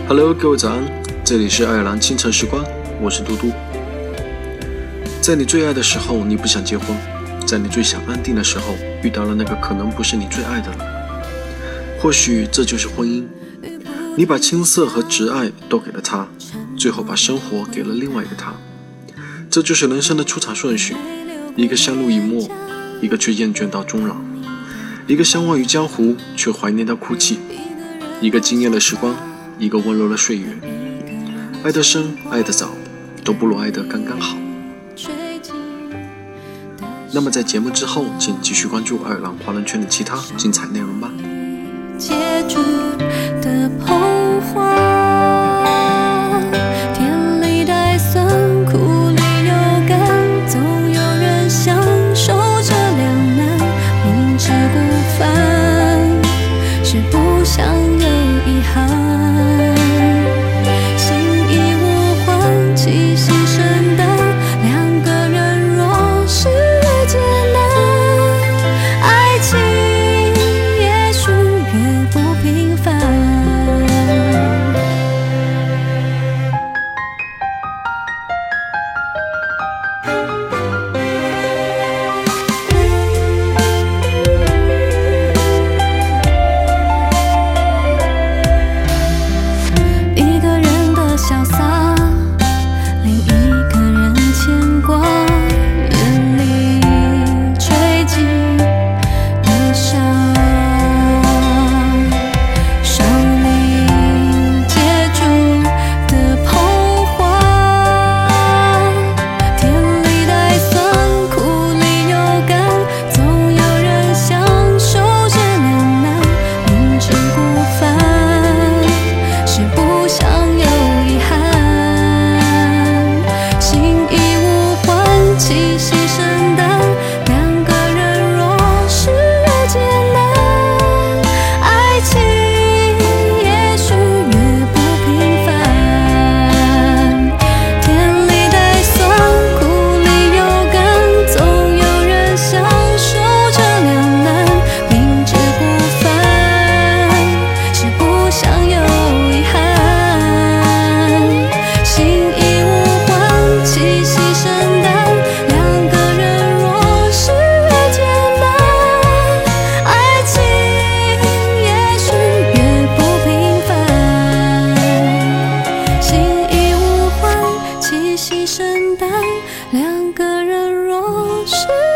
Hello， 各位早安，这里是爱尔兰清晨时光，我是嘟嘟。在你最爱的时候，你不想结婚；在你最想安定的时候，遇到了那个可能不是你最爱的人。或许这就是婚姻，你把青涩和挚爱都给了他，最后把生活给了另外一个他。这就是人生的出场顺序，一个相濡以沫，一个却厌倦到终老，一个相忘于江湖，却怀念到哭泣，一个惊艳的时光，一个温柔的岁月。爱得深，爱得早，都不如爱得刚刚好。那么在节目之后，请继续关注爱尔兰华人圈的其他精彩内容吧。 接住的膨化，甜里带酸，苦里有甘，总有人享受这两难。明知故犯，是不想有遗憾。心意无欢，气息生淡，两个人若是越艰难，爱情也许越不平凡。一个人的潇洒，另一个人牵挂，眼里吹进的沙，手里接住的膨化，甜里带酸，苦里有甘，总有人享受这两难。明知故犯，是不想有遗憾。心意无欢，气息生淡，两个人若是越艰难，爱情也许越不平凡。甜里带酸，苦里有甘，总有人享受这两难。明知故犯，是不想有遗憾。心意无欢，气息生淡，两个人若是越艰难，爱情也许越不平凡。心意无欢，气息生淡，两个人若是